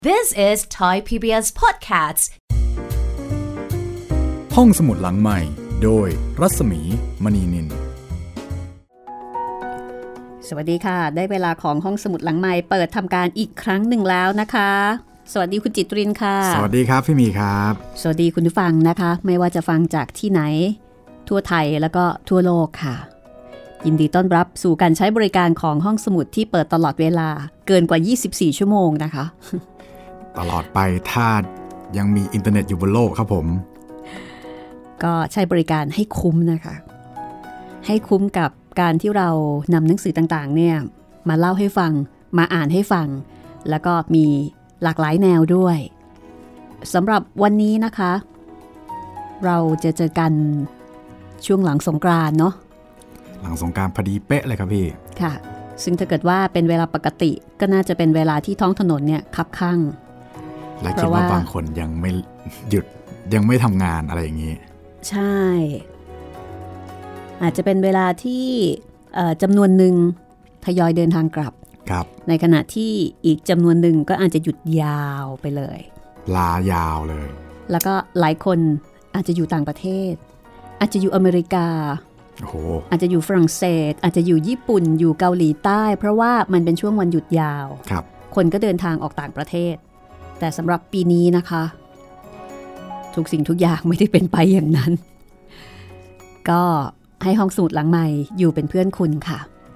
This is Thai PBS Podcast ห้องสมุดหลังใหม่โดยรัศมีมณีนินสวัสดีค่ะได้เวลาของห้องสมุดหลังใหม่เปิดทำการอีกครั้งหนึ่งแล้วนะคะสวัสดีคุณจิตรินค่ะสวัสดีครับพี่มีครับสวัสดีคุณผู้ฟังนะคะไม่ว่าจะฟังจากที่ไหนทั่วไทยแล้วก็ทั่วโลกค่ะยินดีต้อนรับสู่การใช้บริการของห้องสมุดที่เปิดตลอดเวลาเกินกว่า24ชั่วโมงนะคะตลอดไปถ้ายังมีอินเทอร์เน็ตอยู่บนโลกครับผมก็ใช้บริการให้คุ้มนะคะให้คุ้มกับการที่เรานำหนังสือต่างๆเนี่ยมาเล่าให้ฟังมาอ่านให้ฟังแล้วก็มีหลากหลายแนวด้วยสำหรับวันนี้นะคะเราจะเจอกันช่วงหลังสงกรานต์เนาะหลังสงกรานต์พอดีเป๊ะเลยครับพี่ค่ะซึ่งถ้าเกิดว่าเป็นเวลาปกติก็น่าจะเป็นเวลาที่ท้องถนนเนี่ยคับคั่งและคิดว่าบางคนยังไม่หยุดยังไม่ทำงานอะไรอย่างนี้ใช่อาจจะเป็นเวลาที่จำนวนหนึ่งทยอยเดินทางกลับในขณะที่อีกจำนวนหนึ่งก็อาจจะหยุดยาวไปเลยลายาวเลยแล้วก็หลายคนอาจจะอยู่ต่างประเทศอาจจะอยู่อเมริกาอาจจะอยู่ฝรั่งเศสอาจจะอยู่ญี่ปุ่นอยู่เกาหลีใต้เพราะว่ามันเป็นช่วงวันหยุดยาวคนก็เดินทางออกต่างประเทศแต่สำหรับปีนี้นะคะทุกสิ่งทุกอย่างไม่ได้เป็นไปอย่างนั้นก็ให้ห้องสมุดหลังใหม่อยู่เป็นเพื่อนคุณค่ะ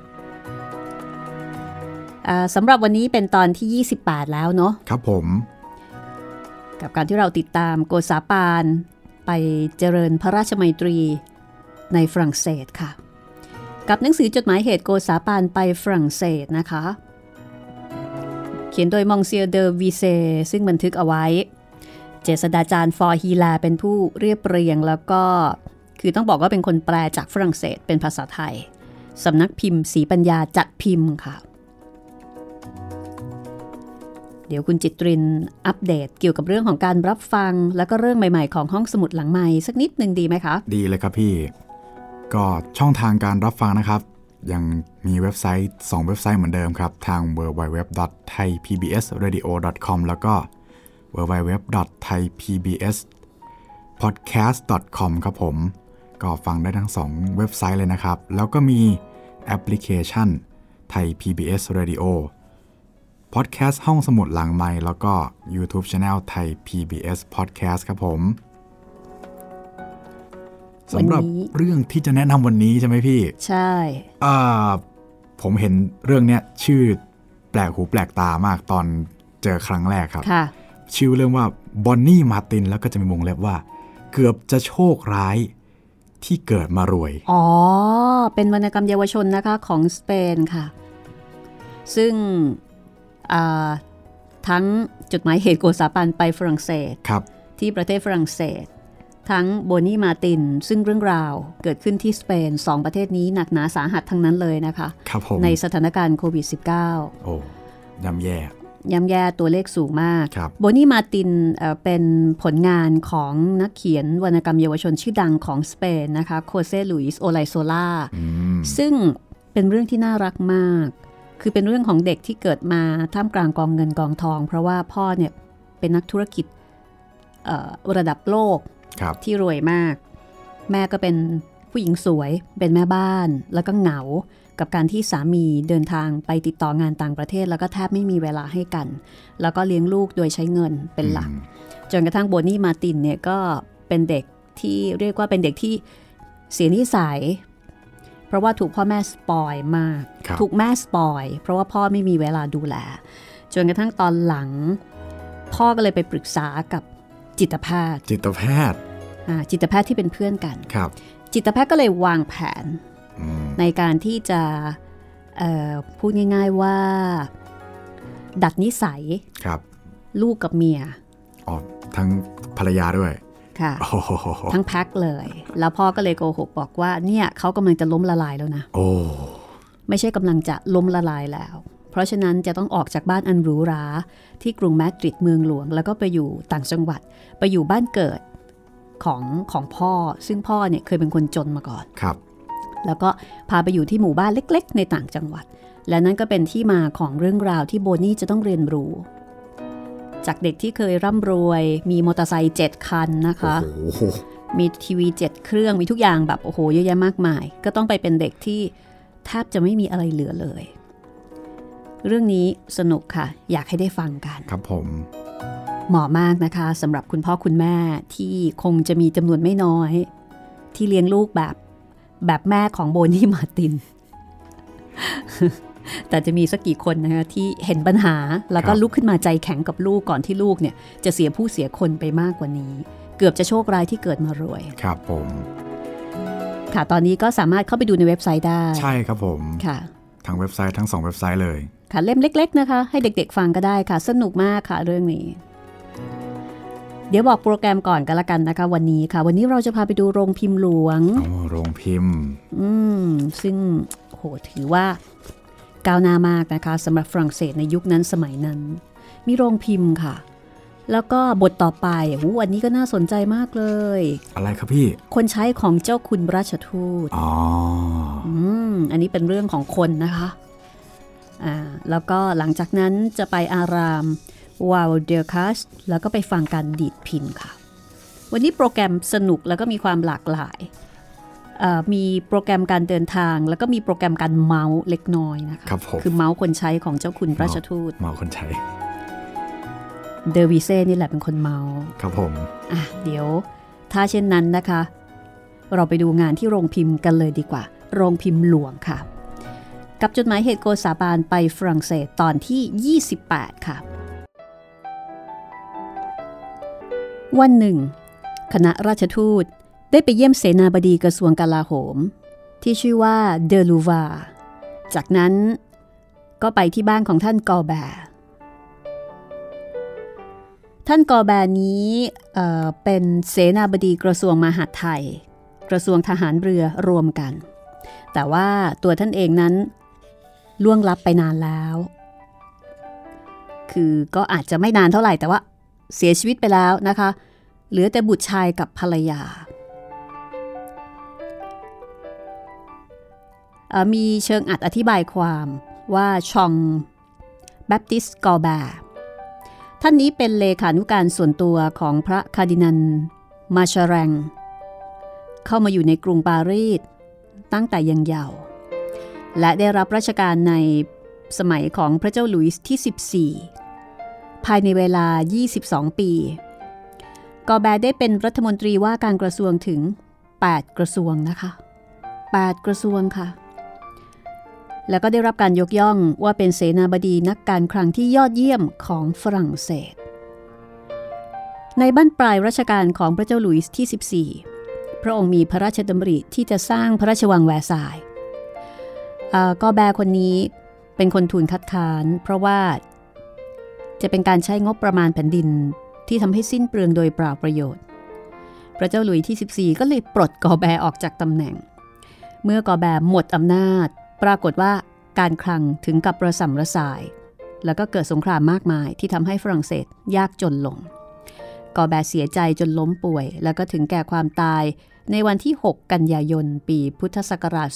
สำหรับวันนี้เป็นตอนที่28แล้วเนาะครับผมกับการที่เราติดตามโกษาปานไปเจริญพระราชมัยตรีในฝรั่งเศสค่ะกับหนังสือจดหมายเหตุโกษาปานไปฝรั่งเศสนะคะเขียนโดยมองเซียเดอวีเซซึ่งบันทึกเอาไว้เจษฎาจารย์ฟอร์ฮีลาเป็นผู้เรียบเรียงแล้วก็คือต้องบอกว่าเป็นคนแปลจากฝรั่งเศสเป็นภาษาไทยสำนักพิมพ์ศรีปัญญาจัดพิมพ์ค่ะเดี๋ยวคุณจิตรินอัปเดตเกี่ยวกับเรื่องของการรับฟังแล้วก็เรื่องใหม่ๆของห้องสมุดหลังใหม่สักนิดนึงดีไหมคะดีเลยครับพี่ก็ช่องทางการรับฟังนะครับยังมีเว็บไซต์2เว็บไซต์เหมือนเดิมครับทาง www.thaipbsradio.com แล้วก็ www.thaipbspodcast.com ครับผมก็ฟังได้ทั้ง2เว็บไซต์เลยนะครับแล้วก็มีแอปพลิเคชัน Thai PBS Radio Podcast ห้องสมุดหลังไมค์แล้วก็ YouTube Channel Thai PBS Podcast ครับผมสำหรับเรื่องที่จะแนะนำวันนี้ใช่ไหมพี่ใช่ผมเห็นเรื่องนี้ชื่อแปลกหูแปลกตามากตอนเจอครั้งแรกครับชื่อเรื่องว่าบอนนี่มาร์ตินแล้วก็จะมีวงเล็บว่าเกือบจะโชคร้ายที่เกิดมารวยอ๋อเป็นวรรณกรรมเยาวชนนะคะของสเปนค่ะซึ่งทั้งจดหมายเหตุโกษาปานไปฝรั่งเศสที่ประเทศฝรั่งเศสทั้งโบนี่มาตินซึ่งเรื่องราวเกิดขึ้นที่สเปน2ประเทศนี้หนักหนาสาหัสทั้งนั้นเลยนะคะในสถานการณ์โควิด -19 โอ้ย่ำแย่ตัวเลขสูงมากโบนี่มาตินเป็นผลงานของนักเขียนวรรณกรรมเยาวชนชื่อดังของสเปนนะคะโคเซลุยส์โอไลโซล่าซึ่งเป็นเรื่องที่น่ารักมากคือเป็นเรื่องของเด็กที่เกิดมาท่ามกลางกองเงินกองทองเพราะว่าพ่อเนี่ยเป็นนักธุรกิจระดับโลกที่รวยมากแม่ก็เป็นผู้หญิงสวยเป็นแม่บ้านแล้วก็เหงากับการที่สามีเดินทางไปติดต่องานต่างประเทศแล้วก็แทบไม่มีเวลาให้กันแล้วก็เลี้ยงลูกโดยใช้เงินเป็นหลักจนกระทั่งโบนี่มาตินเนี่ยก็เป็นเด็กที่เรียกว่าเป็นเด็กที่เสียนิสัยเพราะว่าถูกพ่อแม่สปอยมากถูกแม่สปอยเพราะว่าพ่อไม่มีเวลาดูแลจนกระทั่งตอนหลังพ่อก็เลยไปปรึกษากับจิตแพทย์ที่เป็นเพื่อนกันจิตแพทย์ก็เลยวางแผนในการที่จะพูดง่ายๆว่าดัดนิสัยลูกกับเมียทั้งภรรยาด้วยค่ะทั้งแพ็คเลยแล้วพ่อก็เลยโกหกบอกว่าเนี่ยเขากำลังจะล้มละลายแล้วนะไม่ใช่กำลังจะล้มละลายแล้วเพราะฉะนั้นจะต้องออกจากบ้านอันหรูหราที่กรุงมาดริดเมืองหลวงแล้วก็ไปอยู่ต่างจังหวัดไปอยู่บ้านเกิดของพ่อซึ่งพ่อเนี่ยเคยเป็นคนจนมาก่อนแล้วก็พาไปอยู่ที่หมู่บ้านเล็กๆในต่างจังหวัดและนั่นก็เป็นที่มาของเรื่องราวที่โบนี่จะต้องเรียนรู้จากเด็กที่เคยร่ำรวยมีมอเตอร์ไซค์7คันนะคะมีทีวี7เครื่องมีทุกอย่างแบบโอ้โหเยอะแยะมากมายก็ต้องไปเป็นเด็กที่แทบจะไม่มีอะไรเหลือเลยเรื่องนี้สนุกค่ะอยากให้ได้ฟังกันครับผมเหมาะมากนะคะสำหรับคุณพ่อคุณแม่ที่คงจะมีจำนวนไม่น้อยที่เลี้ยงลูกแบบแม่ของโบนี่มาร์ติน แต่จะมีสักกี่คนนะคะที่เห็นปัญหาแล้วก็ลุกขึ้นมาใจแข็งกับลูกก่อนที่ลูกเนี่ยจะเสียผู้เสียคนไปมากกว่านี้เกือบจะโชคร้ายที่เกิดมารวยครับผมค่ะตอนนี้ก็สามารถเข้าไปดูในเว็บไซต์ได้ใช่ครับผมค่ะทางเว็บไซต์ทั้ง2เว็บไซต์เลยค่ะเล่มเล็กๆนะคะให้เด็กๆฟังก็ได้ค่ะสนุกมากค่ะเรื่องนี้เดี๋ยวบอกโปรแกรมก่อนกันละกันนะคะวันนี้ค่ะวันนี้เราจะพาไปดูโรงพิมพ์หลวงโรงพิมพ์ซึ่งโหถือว่าก้าวหน้ามากนะคะสำหรับฝรั่งเศสในยุคนั้นสมัยนั้นมีโรงพิมพ์ค่ะแล้วก็บทต่อไปอันนี้ก็น่าสนใจมากเลยอะไรครับพี่คนใช้ของเจ้าคุณราชทูตอันนี้เป็นเรื่องของคนนะคะแล้วก็หลังจากนั้นจะไปอารามวาลเดอร์คัสแล้วก็ไปฟังการดีดพินค่ะวันนี้โปรแกรมสนุกแล้วก็มีความหลากหลายมีโปรแกรมการเดินทางแล้วก็มีโปรแกรมการเมาส์เล็กน้อยนะคะคือเมาส์คนใช้ของเจ้าคุณราชทูตเมาส์คนใช้เดอวิเซ่นี่แหละเป็นคนเมาส์ครับผมเดี๋ยวถ้าเช่นนั้นนะคะเราไปดูงานที่โรงพิมพ์กันเลยดีกว่าโรงพิมพ์หลวงค่ะกับจดหมายเหตุโกษาบาลไปฝรั่งเศสตอนที่28ค่ะวันหนึ่งคณะราชทูตได้ไปเยี่ยมเสนาบดีกระทรวงกลาโหมที่ชื่อว่าเดอลูวาจากนั้นก็ไปที่บ้านของท่านกอแบร์ท่านกอแบร์นี้เป็นเสนาบดีกระทรวงมหาดไทยกระทรวงทหารเรือรวมกันแต่ว่าตัวท่านเองนั้นล่วงลับไปนานแล้วคือก็อาจจะไม่นานเท่าไหร่แต่ว่าเสียชีวิตไปแล้วนะคะเหลือแต่บุตรชายกับภรรยามีเชิงอธิบายความว่าชองแบปติสต์กอแบร์ท่านนี้เป็นเลขานุการส่วนตัวของพระคาร์ดินัลมาชาแรงเข้ามาอยู่ในกรุงปารีสตั้งแต่ยังเยาว์และได้รับราชการในสมัยของพระเจ้าหลุยส์ที่14ภายในเวลา22ปีกอแบร์ได้เป็นรัฐมนตรีว่าการกระทรวงถึง8กระทรวงนะคะ8กระทรวงค่ะแล้วก็ได้รับการยกย่องว่าเป็นเสนาบดีนักการคลังที่ยอดเยี่ยมของฝรั่งเศสในบั้นปลายรัชกาลของพระเจ้าหลุยส์ที่14พระองค์มีพระราชดำริที่จะสร้างพระราชวังแวร์ซายน์กอแบร์คนนี้เป็นคนทูลคัดค้านเพราะว่าจะเป็นการใช้งบประมาณแผ่นดินที่ทำให้สิ้นเปลืองโดยเปล่าประโยชน์พระเจ้าหลุยส์ที่14ก็เลยปลดกอแบร์ออกจากตำแหน่งเมื่อกอแบร์หมดอำนาจปรากฏว่าการคลังถึงกับระส่ำระสายแล้วก็เกิดสงครามมากมายที่ทำให้ฝรั่งเศสยากจนลงกอแบร์เสียใจจนล้มป่วยแล้วก็ถึงแก่ความตายในวันที่6กันยายนปีพุทธศักราช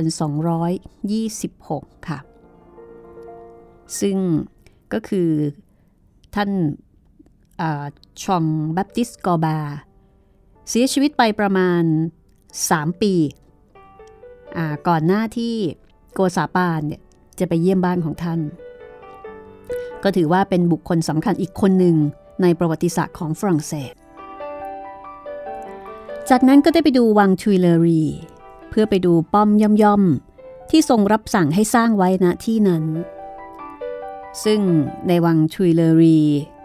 2226ค่ะซึ่งก็คือท่านชองแบปติสต์กอแบร์เสียชีวิตไปประมาณ3ปีก่อนหน้าที่โกษาปานเนี่ยจะไปเยี่ยมบ้านของท่านก็ถือว่าเป็นบุคคลสำคัญอีกคนหนึ่งในประวัติศาสตร์ของฝรั่งเศสจากนั้นก็ได้ไปดูวังทุยเลอรีเพื่อไปดูป้อมย่อมๆที่ทรงรับสั่งให้สร้างไว้ณที่นั้นซึ่งในวังทุยเลอรี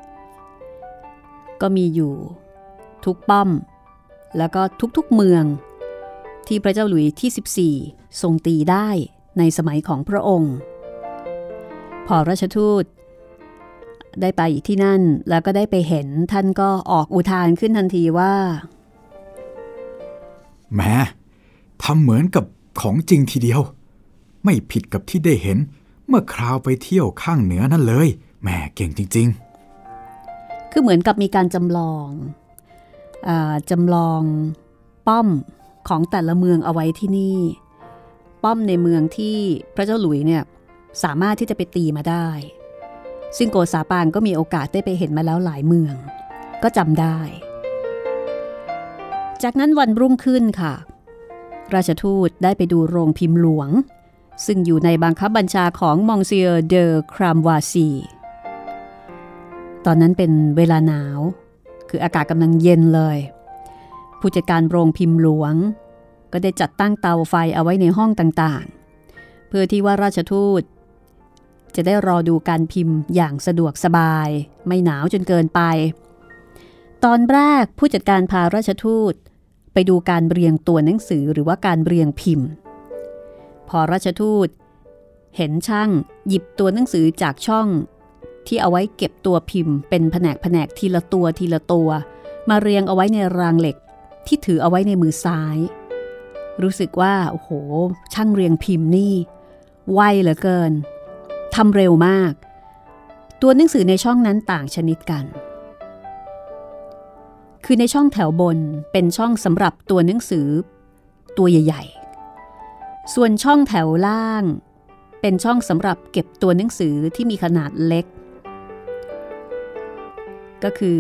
ก็มีอยู่ทุกป้อมแล้วก็ทุกๆเมืองที่พระเจ้าหลุยส์ที่14ทรงตีได้ในสมัยของพระองค์พอราชทูตได้ไปที่นั่นแล้วก็ได้ไปเห็นท่านก็ออกอุทานขึ้นทันทีว่าแหมทำเหมือนกับของจริงทีเดียวไม่ผิดกับที่ได้เห็นเมื่อคราวไปเที่ยวข้างเหนือนั่นเลยแหมเก่งจริงๆคือเหมือนกับมีการจำลองป้อมของแต่ละเมืองเอาไว้ที่นี่ป้อมในเมืองที่พระเจ้าหลุยส์เนี่ยสามารถที่จะไปตีมาได้ซึ่งโกษาปานก็มีโอกาสได้ไปเห็นมาแล้วหลายเมืองก็จำได้จากนั้นวันรุ่งขึ้นค่ะราชทูตได้ไปดูโรงพิมพ์หลวงซึ่งอยู่ในบังคับบัญชาของมองเซียเดอครามวาซีตอนนั้นเป็นเวลาหนาวคืออากาศกำลังเย็นเลยผู้จัดการโรงพิมพ์หลวงก็ได้จัดตั้งเตาไฟเอาไว้ในห้องต่างๆเพื่อที่ว่าราชทูตจะได้รอดูการพิมพ์อย่างสะดวกสบายไม่หนาวจนเกินไปตอนแรกผู้จัดการพาราชทูตไปดูการเรียงตัวหนังสือหรือว่าการเรียงพิมพ์พอราชทูตเห็นช่างหยิบตัวหนังสือจากช่องที่เอาไว้เก็บตัวพิมพ์เป็นแผนกทีละตัวมาเรียงเอาไว้ในรางเหล็กที่ถือเอาไว้ในมือซ้ายรู้สึกว่าโอ้โหช่างเรียงพิมพ์นี่ไวเหลือเกินทำเร็วมากตัวหนังสือในช่องนั้นต่างชนิดกันคือในช่องแถวบนเป็นช่องสำหรับตัวหนังสือตัวใหญ่ๆส่วนช่องแถวล่างเป็นช่องสำหรับเก็บตัวหนังสือที่มีขนาดเล็กก็คือ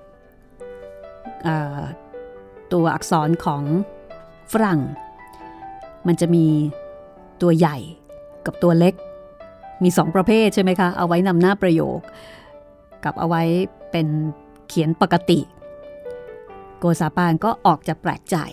ตัวอักษรของฝรั่งมันจะมีตัวใหญ่กับตัวเล็กมี2ประเภทใช่ไหมคะเอาไว้นำหน้าประโยคกับเอาไว้เป็นเขียนปกติโกษาปานก็ออกจะแปลกใจ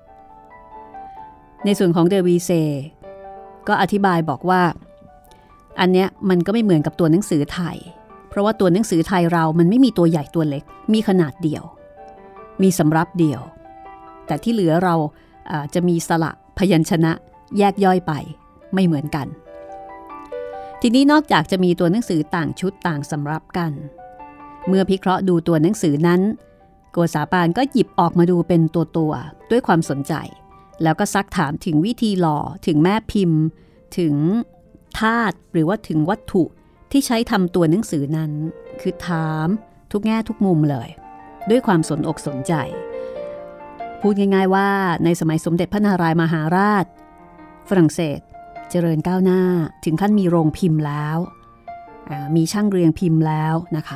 ในส่วนของเดวีเซก็อธิบายบอกว่าอันเนี้ยมันก็ไม่เหมือนกับตัวหนังสือไทยเพราะว่าตัวหนังสือไทยเรามันไม่มีตัวใหญ่ตัวเล็กมีขนาดเดียวมีสำรับเดียวแต่ที่เหลือเราจะมีสระพยัญชนะแยกย่อยไปไม่เหมือนกันทีนี้นอกจากจะมีตัวหนังสือต่างชุดต่างสำรับกันเมื่อพิเคราะห์ดูตัวหนังสือนั้นโกษาปานก็หยิบออกมาดูเป็นตัวด้วยความสนใจแล้วก็ซักถามถึงวิธีหล่อถึงแม่พิมพ์ถึงธาตุหรือว่าถึงวัตถุที่ใช้ทำตัวหนังสือนั้นคือถามทุกแง่ทุกมุมเลยด้วยความสนอกสนใจพูดง่ายๆว่าในสมัยสมเด็จพระนารายมหาราชฝรั่งเศสเจริญก้าวหน้าถึงขั้นมีโรงพิมพ์แล้วมีช่างเรียงพิมพ์แล้วนะคะ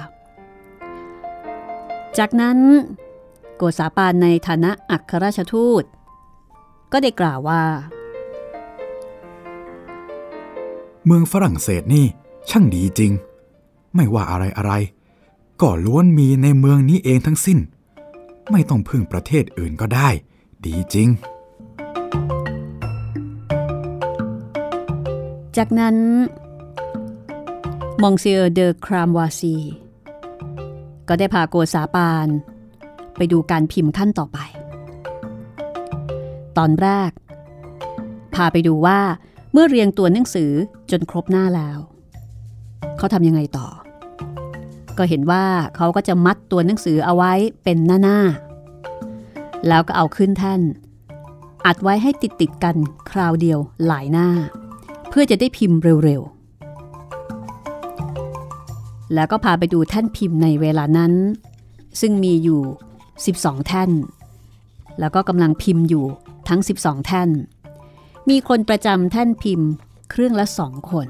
จากนั้นโกษาปานในฐานะอัครราชทูตก็ได้กล่าวว่าเมืองฝรั่งเศสนี่ช่างดีจริงไม่ว่าอะไรก็ล้วนมีในเมืองนี้เองทั้งสิ้นไม่ต้องพึ่งประเทศอื่นก็ได้ดีจริงจากนั้นมองเซียเดอครามวาซีก็ได้พาโกษาปานไปดูการพิมพ์ขั้นต่อไปตอนแรกพาไปดูว่าเมื่อเรียงตัวหนังสือจนครบหน้าแล้วเขาทำยังไงต่อก็เห็นว่าเขาก็จะมัดตัวหนังสือเอาไว้เป็นหน้าแล้วก็เอาขึ้นแท่นอัดไว้ให้ติดกันคราวเดียวหลายหน้าเพื่อจะได้พิมพ์เร็วๆแล้วก็พาไปดูแท่นพิมพ์ในเวลานั้นซึ่งมีอยู่12แท่นแล้วก็กำลังพิมพ์อยู่ทั้ง12แท่นมีคนประจำแท่นพิมพ์เครื่องละ2คน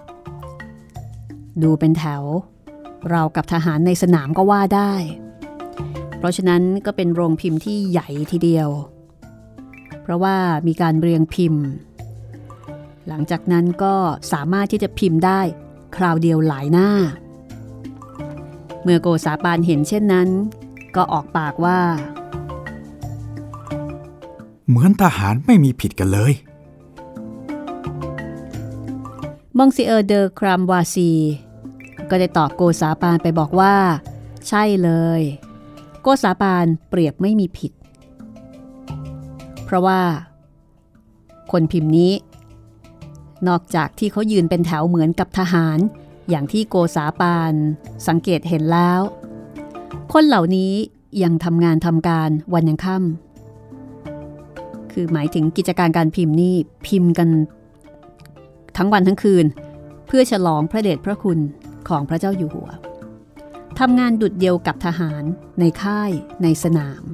ดูเป็นแถวราวกับทหารในสนามก็ว่าได้เพราะฉะนั้นก็เป็นโรงพิมพ์ที่ใหญ่ทีเดียวเพราะว่ามีการเรียงพิมพ์หลังจากนั้นก็สามารถที่จะพิมพ์ได้คราวเดียวหลายหน้าเมื่อโกษาปานเห็นเช่นนั้นก็ออกปากว่าเหมือนทหารไม่มีผิดกันเลยมองซิเออร์เดอครามวาซีก็ได้ตอบโกษาปานไปบอกว่าใช่เลยโกษาปานเปรียบไม่มีผิดเพราะว่าคนพิมพ์นี้นอกจากที่เขายืนเป็นแถวเหมือนกับทหารอย่างที่โกษาปานสังเกตเห็นแล้วคนเหล่านี้ยังทำงานทำการวันยังค่ำคือหมายถึงกิจการการพิมพ์นี่พิมพ์กันทั้งวันทั้งคืนเพื่อฉลองพระเดชพระคุณของพระเจ้าอยู่หัวทำงานดุจเดียวกับทหารในค่ายในสนาม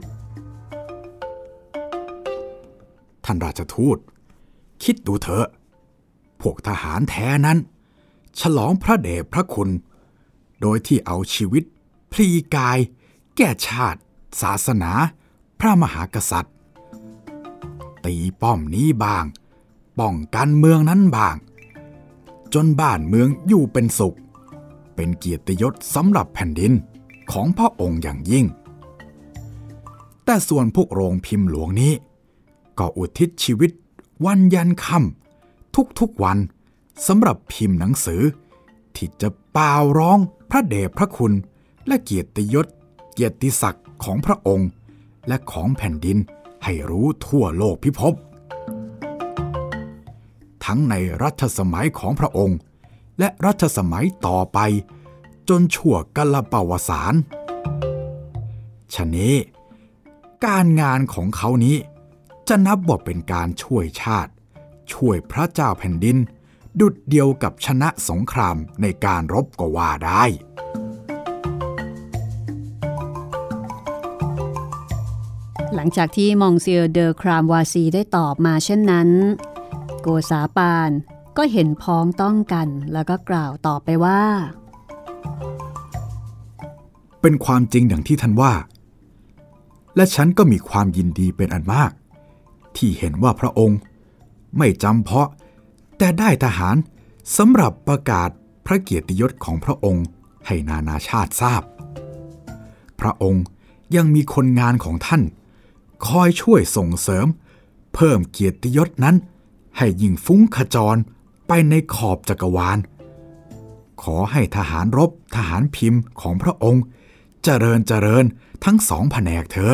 ท่านราชทูตคิดดูเถอะพวกทหารแท้นั้นฉลองพระเดชพระคุณโดยที่เอาชีวิตพลีกายแก่ชาติศาสนาพระมหากษัตริย์ตีป้อมนี้บางป้องกันเมืองนั้นบางจนบ้านเมืองอยู่เป็นสุขเป็นเกียรติยศสำหรับแผ่นดินของพระองค์อย่างยิ่งแต่ส่วนพวกโรงพิมพ์หลวงนี้ก็อุทิศชีวิตวันยันค่ำทุกๆวันสำหรับพิมพ์หนังสือที่จะเป่าร้องพระเดชพระคุณและเกียรติยศเกียรติศักดิ์ของพระองค์และของแผ่นดินให้รู้ทั่วโลกพิภพทั้งในรัชสมัยของพระองค์และรัชสมัยต่อไปจนชั่วกาลปวสานฉะนี้การงานของเขานี้จะนับว่าเป็นการช่วยชาติช่วยพระเจ้าแผ่นดินดุจเดียวกับชนะสงครามในการรบก็ว่าได้หลังจากที่มองเซียเดอครามวาซีได้ตอบมาเช่นนั้นโกษาปานก็เห็นพ้องต้องกันแล้วก็กล่าวต่อไปว่าเป็นความจริงดังที่ท่านว่าและฉันก็มีความยินดีเป็นอันมากที่เห็นว่าพระองค์ไม่จำเพาะแต่ได้ทหารสำหรับประกาศพระเกียรติยศของพระองค์ให้นานาชาติทราบพระองค์ยังมีคนงานของท่านคอยช่วยส่งเสริมเพิ่มเกียรติยศนั้นให้ยิ่งฟุ้งขจรไปในขอบจักรวาลขอให้ทหารรบทหารพิมพ์ของพระองค์เจริญทั้งสองแผนกเถิด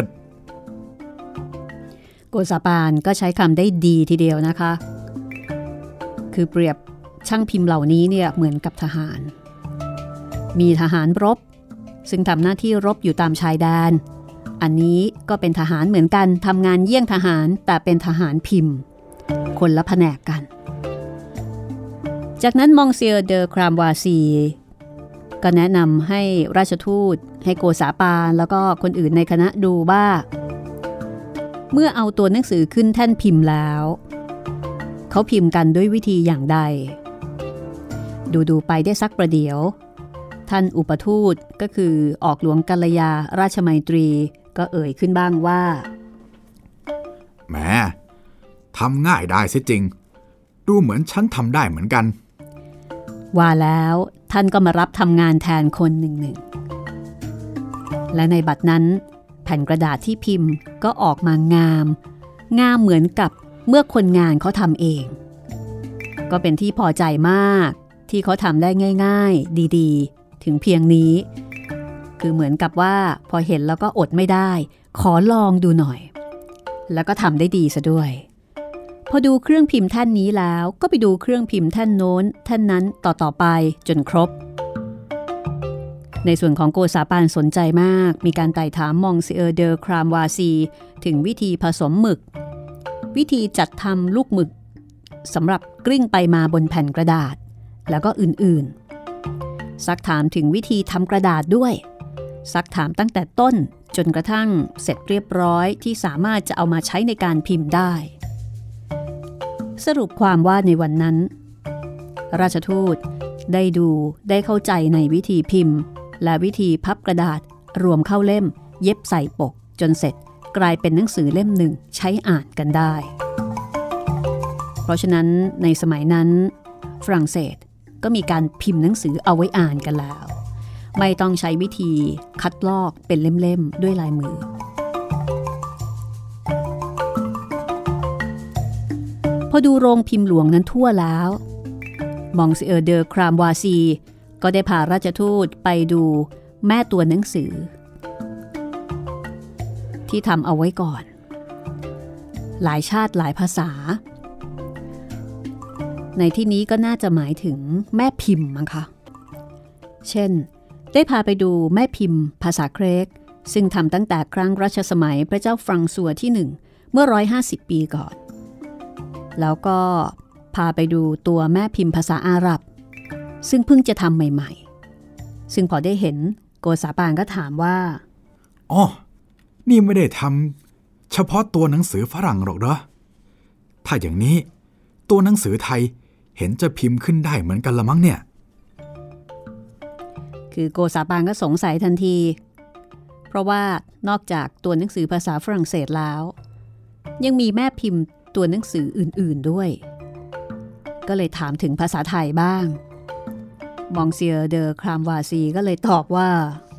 โกษาปานก็ใช้คำได้ดีทีเดียวนะคะคือเปรียบช่างพิมพ์เหล่านี้เนี่ยเหมือนกับทหารมีทหารรบซึ่งทำหน้าที่รบอยู่ตามชายแดนอันนี้ก็เป็นทหารเหมือนกันทำงานเยี่ยงทหารแต่เป็นทหารพิมพ์คนละแผนกกันจากนั้นมองเซียเดอครามวาซีก็แนะนำให้ราชทูตให้โกษาปานแล้วก็คนอื่นในคณะดูว่าเมื่อเอาตัวหนังสือขึ้นแท่นพิมพ์แล้วเขาพิมพ์กันด้วยวิธีอย่างใดดูไปได้สักประเดี๋ยวท่านอุปทูตก็คือออกหลวงกัลยาราชมัยตรีก็เอ่ยขึ้นบ้างว่าแหมทำง่ายได้เสียจริงดูเหมือนฉันทำได้เหมือนกันว่าแล้วท่านก็มารับทำงานแทนคนหนึ่งและในบัดนั้นแผ่นกระดาษที่พิมพ์ก็ออกมางามเหมือนกับเมื่อคนงานเขาทำเองก็เป็นที่พอใจมากที่เขาทำได้ง่ายๆดีๆถึงเพียงนี้คือเหมือนกับว่าพอเห็นแล้วก็อดไม่ได้ขอลองดูหน่อยแล้วก็ทำได้ดีซะด้วยพอดูเครื่องพิมพ์แท่นนี้แล้วก็ไปดูเครื่องพิมพ์แท่นโน้นแท่นนั้นต่อไปจนครบในส่วนของโกษาปานสนใจมากมีการไต่ถามมองเซียเดอครามวาซีถึงวิธีผสมหมึกวิธีจัดทำลูกหมึกสำหรับกลิ้งไปมาบนแผ่นกระดาษแล้วก็อื่นๆซักถามถึงวิธีทำกระดาษด้วยซักถามตั้งแต่ต้นจนกระทั่งเสร็จเรียบร้อยที่สามารถจะเอามาใช้ในการพิมพ์ได้สรุปความว่าในวันนั้นราชทูตได้ดูได้เข้าใจในวิธีพิมพ์และวิธีพับกระดาษรวมเข้าเล่มเย็บใส่ปกจนเสร็จกลายเป็นหนังสือเล่มหนึ่งใช้อ่านกันได้เพราะฉะนั้นในสมัยนั้นฝรั่งเศสก็มีการพิมพ์หนังสือเอาไว้อ่านกันแล้วไม่ต้องใช้วิธีคัดลอกเป็นเล่มๆด้วยลายมือพอดูโรงพิมพ์หลวงนั้นทั่วแล้วมองเซียเดอครามวาซีก็ได้พาราชทูตไปดูแม่ตัวหนังสือที่ทำเอาไว้ก่อนหลายชาติหลายภาษาในที่นี้ก็น่าจะหมายถึงแม่พิมพ์มั้งคะเช่นได้พาไปดูแม่พิมพ์ภาษาเครกซึ่งทำตั้งแต่ครั้งรัชสมัยพระเจ้าฟรังซัวที่1เมื่อ150ปีก่อนแล้วก็พาไปดูตัวแม่พิมพ์ภาษาอาหรับซึ่งเพิ่งจะทำใหม่ๆซึ่งพอได้เห็นโกษาปานก็ถามว่าอ๋อนี่ไม่ได้ทำเฉพาะตัวหนังสือฝรั่งหรอกเหรอถ้าอย่างนี้ตัวหนังสือไทยเห็นจะพิมพ์ขึ้นได้เหมือนกันละมั้งเนี่ยคือโกซาปานก็สงสัยทันทีเพราะว่านอกจากตัวหนังสือภาษาฝรั่งเศสแล้วยังมีแม่พิมพ์ตัวหนังสืออื่นๆด้วยก็เลยถามถึงภาษาไทยบ้างมองเซียเดอครามวาซีก็เลยตอบว่า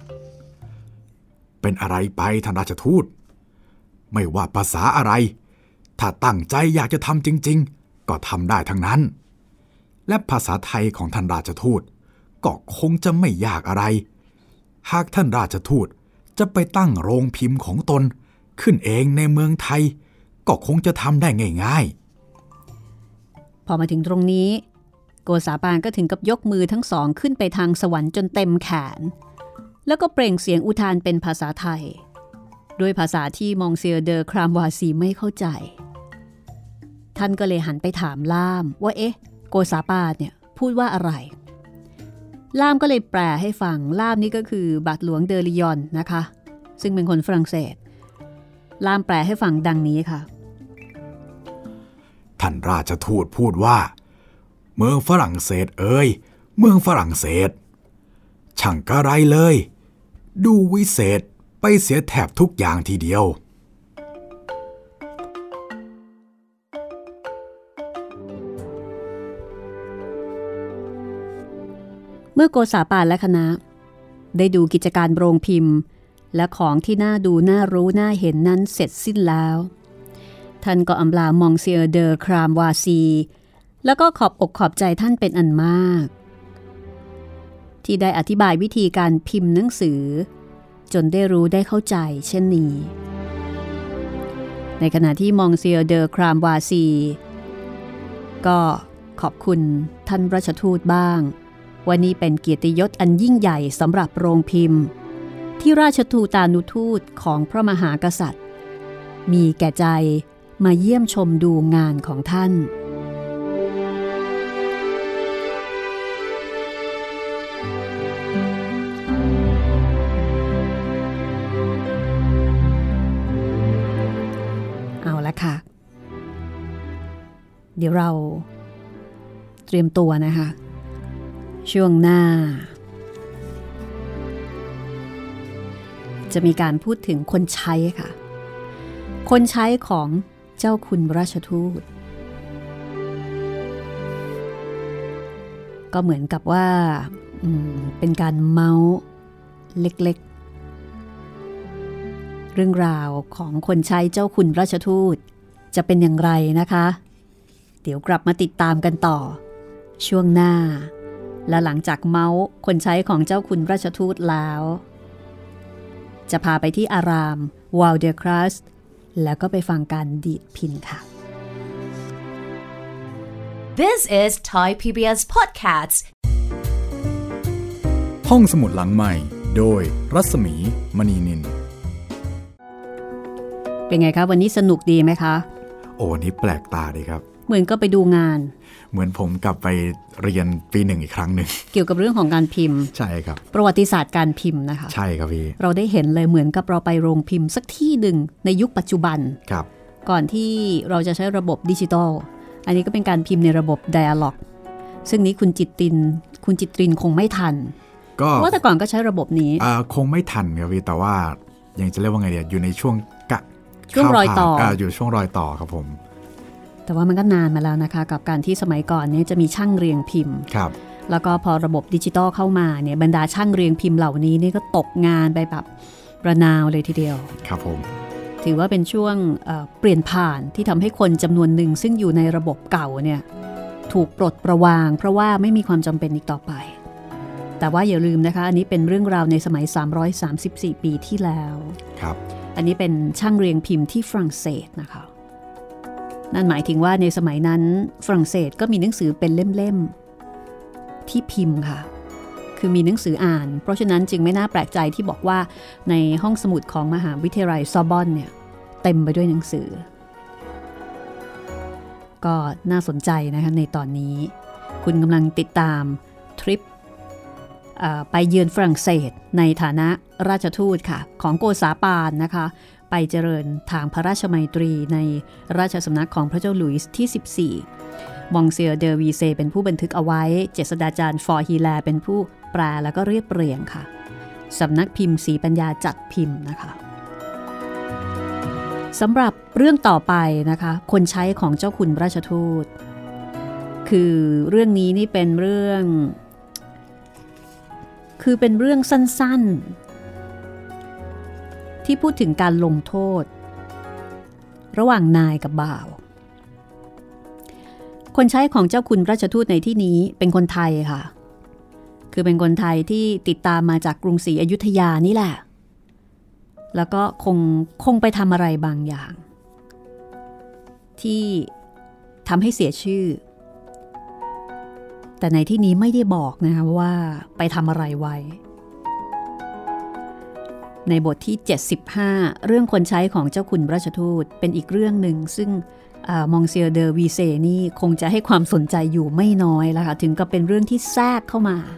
เป็นอะไรไปท่านราชทูตไม่ว่าภาษาอะไรถ้าตั้งใจอยากจะทำจริงๆก็ทำได้ทั้งนั้นและภาษาไทยของท่านราชทูตก็คงจะไม่ยากอะไรหากท่านราชทูตจะไปตั้งโรงพิมพ์ของตนขึ้นเองในเมืองไทยก็คงจะทำได้ง่ายๆพอมาถึงตรงนี้โกษาปานก็ถึงกับยกมือทั้งสองขึ้นไปทางสวรรค์จนเต็มแขนแล้วก็เปล่งเสียงอุทานเป็นภาษาไทยด้วยภาษาที่มองเซียเดอครามวาซีไม่เข้าใจท่านก็เลยหันไปถามล่ามว่าเอ๊ะโกษาปานเนี่ยพูดว่าอะไรล่ามก็เลยแปลให้ฟังล่ามนี่ก็คือบาทหลวงเดอริยอนนะคะซึ่งเป็นคนฝรั่งเศสล่ามแปลให้ฟังดังนี้ค่ะท่านราชทูตพูดว่าเมืองฝรั่งเศสเอ่ยเมืองฝรั่งเศสช่างกระไรเลยดูวิเศษไปเสียแทบทุกอย่างทีเดียวเมื่อโกษาปานและคณะได้ดูกิจการโรงพิมพ์และของที่น่าดูน่ารู้น่าเห็นนั้นเสร็จสิ้นแล้วท่านก็อำลามองเซียเดอครามวาซีแล้วก็ขอบอกขอบใจท่านเป็นอันมากที่ได้อธิบายวิธีการพิมพ์หนังสือจนได้รู้ได้เข้าใจเช่นนี้ในขณะที่มองเซียเดอครามวาซีก็ขอบคุณท่านราชทูตบ้างวันนี้เป็นเกียรติยศอันยิ่งใหญ่สำหรับโรงพิมพ์ที่ราชทูตานุทูตของพระมหากษัตริย์มีแก่ใจมาเยี่ยมชมดูงานของท่านเอาละค่ะเดี๋ยวเราเตรียมตัวนะคะช่วงหน้าจะมีการพูดถึงคนใช้ค่ะคนใช้ของเจ้าคุณราชทูตก็เหมือนกับว่าเป็นการเมาส์เล็กๆเรื่องราวของคนใช้เจ้าคุณราชทูตจะเป็นอย่างไรนะคะเดี๋ยวกลับมาติดตามกันต่อช่วงหน้าและหลังจากเมาส์คนใช้ของเจ้าคุณราชทูตแล้วจะพาไปที่อารามวาลเดอร์ครัสแล้วก็ไปฟังการดีดพิณค่ะ This is Thai PBS Podcast ห้องสมุดหลังใหม่โดยรัศมีมณีนินเป็นไงคะวันนี้สนุกดีไหมคะโอ้วันนี้แปลกตาดีครับเหมือนก็ไปดูงานเหมือนผมกลับไปเรียนปีหนึ่งอีกครั้งหนึ่งเกี่ยวกับเรื่องของการพิมพ์ใช่ครับประวัติศาสตร์การพิมพ์นะคะใช่ครับพี่เราได้เห็นเลยเหมือนกับเราไปโรงพิมพ์สักที่หนึ่งในยุคปัจจุบันครับก่อนที่เราจะใช้ระบบดิจิตอลอันนี้ก็เป็นการพิมพ์ในระบบ Dialog ซึ่งนี้คุณจิตรินคงไม่ทันก็ว่าแต่ก่อนก็ใช้ระบบนี้คงไม่ทันครับพี่แต่ว่ายังจะเรียกว่าไงเดียอยู่ในช่วงรอยต่ออยู่ช่วงรอยต่อครับผมแต่ว่ามันก็นานมาแล้วนะคะกับการที่สมัยก่อนนี้จะมีช่างเรียงพิมพ์ครับแล้วก็พอระบบดิจิตอลเข้ามาเนี่ยบรรดาช่างเรียงพิมพ์เหล่านี้นี่ก็ตกงานไปแบบระนาวเลยทีเดียวครับผมถือว่าเป็นช่วงเปลี่ยนผ่านที่ทำให้คนจำนวนหนึ่งซึ่งอยู่ในระบบเก่าเนี่ยถูกปลดประวางเพราะว่าไม่มีความจำเป็นอีกต่อไปแต่ว่าอย่าลืมนะคะอันนี้เป็นเรื่องราวในสมัย334ปีที่แล้วครับอันนี้เป็นช่างเรียงพิมพ์ที่ฝรั่งเศสนะคะนั่นหมายถึงว่าในสมัยนั้นฝรั่งเศสก็มีหนังสือเป็นเล่มๆที่พิมพ์ค่ะคือมีหนังสืออ่านเพราะฉะนั้นจึงไม่น่าแปลกใจที่บอกว่าในห้องสมุดของมหาวิทยาลัยซอร์บอนเนี่ยเต็มไปด้วยหนังสือก็น่าสนใจนะคะในตอนนี้คุณกำลังติดตามทริปไปเยือนฝรั่งเศสในฐานะราชทูตค่ะของโกษาปานนะคะไปเจริญทางพระราชมัยตรีในราชสำนักของพระเจ้าหลุยส์ที่14มองเซียเดอวีเซเป็นผู้บันทึกเอาไว้เจษฎาจารย์ฟอร์ฮีแลเป็นผู้แปลแล้วก็เรียบเรียงค่ะสำนักพิมพ์ศรีปัญญาจัดพิมพ์นะคะสำหรับเรื่องต่อไปนะคะคนใช้ของเจ้าคุณราชทูตคือเรื่องนี้นี่เป็นเรื่องสั้นๆที่พูดถึงการลงโทษระหว่างนายกับบ่าวคนใช้ของเจ้าคุณราชทูตในที่นี้เป็นคนไทยค่ะคือเป็นคนไทยที่ติดตามมาจากกรุงศรีอยุธยานี่แหละแล้วก็คงไปทำอะไรบางอย่างที่ทำให้เสียชื่อแต่ในที่นี้ไม่ได้บอกนะคะว่าไปทำอะไรไว้ในบทที่75เรื่องคนใช้ของเจ้าคุณราชทูตเป็นอีกเรื่องหนึ่งซึ่งมองเซียเดอวีเซนี่คงจะให้ความสนใจอยู่ไม่น้อยแล้วค่ะถึงกับเป็นเรื่องที่แทรกเข้ามา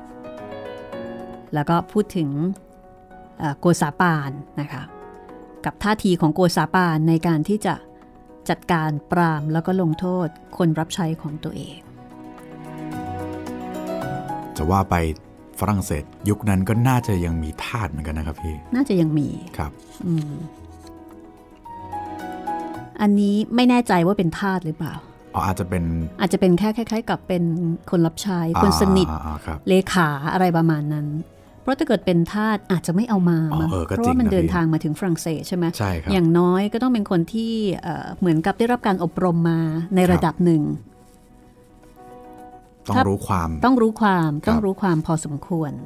แล้วก็พูดถึงโกษาปานนะคะกับท่าทีของโกษาปานในการที่จะจัดการปรามแล้วก็ลงโทษคนรับใช้ของตัวเองจะว่าไปฝรั่งเศสยุคนั้นก็น่าจะยังมีทาสเหมือนกันนะครับพี่น่าจะยังมีครับอันนี้ไม่แน่ใจว่าเป็นทาสหรือเปล่าอาจจะเป็นแค่คล้ายๆกับเป็นคนรับใช้คนสนิทเลขาอะไรประมาณนั้นเพราะถ้าเกิดเป็นทาสอาจจะไม่เอามาเพราะว่ามันเดินทางมาถึงฝรั่งเศสใช่ไหมใช่ครับอย่างน้อยก็ต้องเป็นคนที่เหมือนกับได้รับการอบรมมาในระดับหนึ่งต้องรู้ความพอสมควร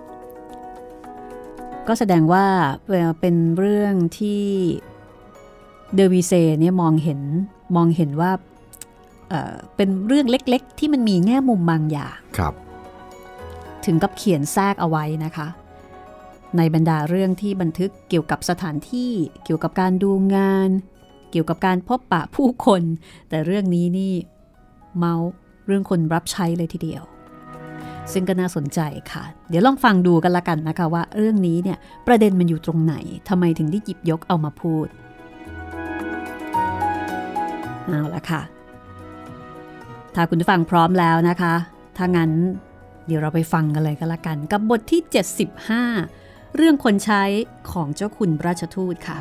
ก็แสดงว่าเป็นเรื่องที่เดอวีเซเนี่ยมองเห็นว่าเป็นเรื่องเล็กๆที่มันมีแง่มุมบางอย่างถึงกับเขียนแทรกเอาไว้นะคะในบรรดาเรื่องที่บันทึกเกี่ยวกับสถานที่เกี่ยวกับการดูงานเกี่ยวกับการพบปะผู้คนแต่เรื่องนี้นี่เมาเรื่องคนรับใช้เลยทีเดียวซึ่งก็น่าสนใจค่ะเดี๋ยวลองฟังดูกันละกันนะคะว่าเรื่องนี้เนี่ยประเด็นมันอยู่ตรงไหนทำไมถึงได้หยิบยกเอามาพูดเอาละค่ะถ้าคุณผู้ฟังพร้อมแล้วนะคะถ้างั้นเดี๋ยวเราไปฟังกันเลยก็แล้วกันกับบทที่75เรื่องคนใช้ของเจ้าคุณราชทูตค่ะ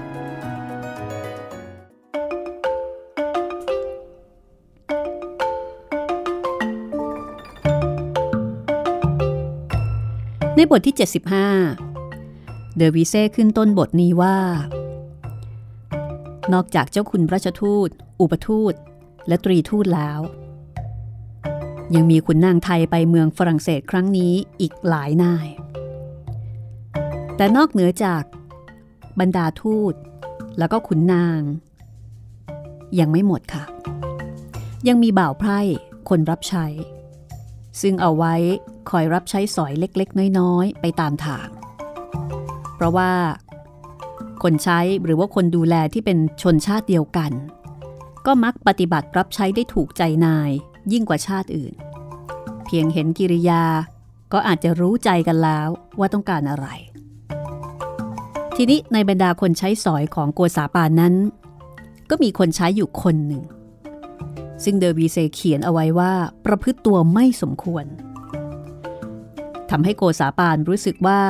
ในบทที่75เดอวีเซ่ขึ้นต้นบทนี้ว่านอกจากเจ้าคุณราชทูตอุปทูตและตรีทูตแล้วยังมีขุนนางไทยไปเมืองฝรั่งเศสครั้งนี้อีกหลายนายแต่นอกเหนือจากบรรดาทูตแล้วก็ขุนนางยังไม่หมดค่ะยังมีบ่าวไพร่คนรับใช้ซึ่งเอาไว้คอยรับใช้สอยเล็กๆน้อยๆไปตามทางเพราะว่าคนใช้หรือว่าคนดูแลที่เป็นชนชาติเดียวกันก็มักปฏิบัติรับใช้ได้ถูกใจนายยิ่งกว่าชาติอื่นเพียงเห็นกิริยาก็อาจจะรู้ใจกันแล้วว่าต้องการอะไรทีนี้ในบรรดาคนใช้สอยของโกษาปานนั้นก็มีคนใช้อยู่คนหนึ่งซึ่งเดอวีเซเขียนเอาไว้ว่าประพฤติตัวไม่สมควรทำให้โกษาปานรู้สึกว่า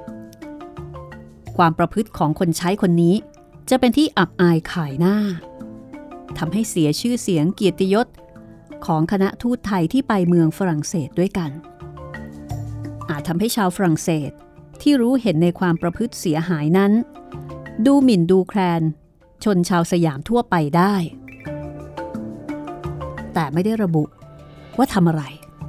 ความประพฤติของคนใช้คนนี้จะเป็นที่อับอายขายหน้าทำให้เสียชื่อเสียงเกียรติยศของคณะทูตไทยที่ไปเมืองฝรั่งเศสด้วยกันอาจทำให้ชาวฝรั่งเศสที่รู้เห็นในความประพฤติเสียหายนั้นดูหมิ่นดูแคลนชนชาวสยามทั่วไปได้แต่ไม่ได้ระบุว่าทำอะไร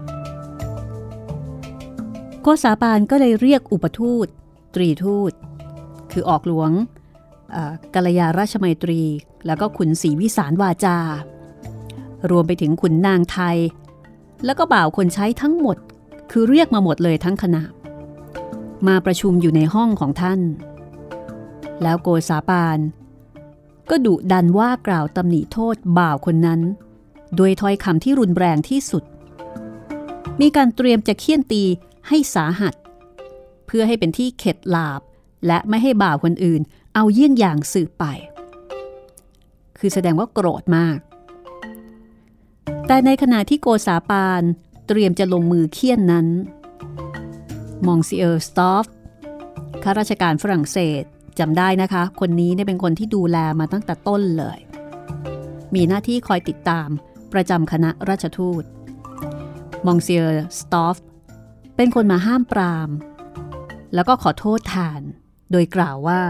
โกษาปานก็เลยเรียกอุปทูตตรีทูตคือออกหลวงกัลยาราชมัยตรีแล้วก็ขุนศรีวิสารวาจารวมไปถึงขุนนางไทยแล้วก็บ่าวคนใช้ทั้งหมดคือเรียกมาหมดเลยทั้งคณะมาประชุมอยู่ในห้องของท่านแล้วโกษาปานก็ดุดันว่ากล่าวตำหนิโทษบ่าวคนนั้นด้วยถ้อยคำที่รุนแรงที่สุดมีการเตรียมจะเฆี่ยนตีให้สาหัสเพื่อให้เป็นที่เข็ดหลาบและไม่ให้บ่าวคนอื่นเอาเยี่ยงอย่างสืบไปคือแสดงว่าโกรธมากแต่ในขณะที่โกษาปานเตรียมจะลงมือเฆี่ยนนั้นมองซิเออร์สตอฟข้าราชการฝรั่งเศสจำได้นะคะคนนี้เนี่ยเป็นคนที่ดูแลมาตั้งแต่ต้นเลยมีหน้าที่คอยติดตามประจำคณะราชทูตมองซิเออร์สตอฟเป็นคนมาห้ามปรามแล้วก็ขอโทษแทนโดยกล่าวว่า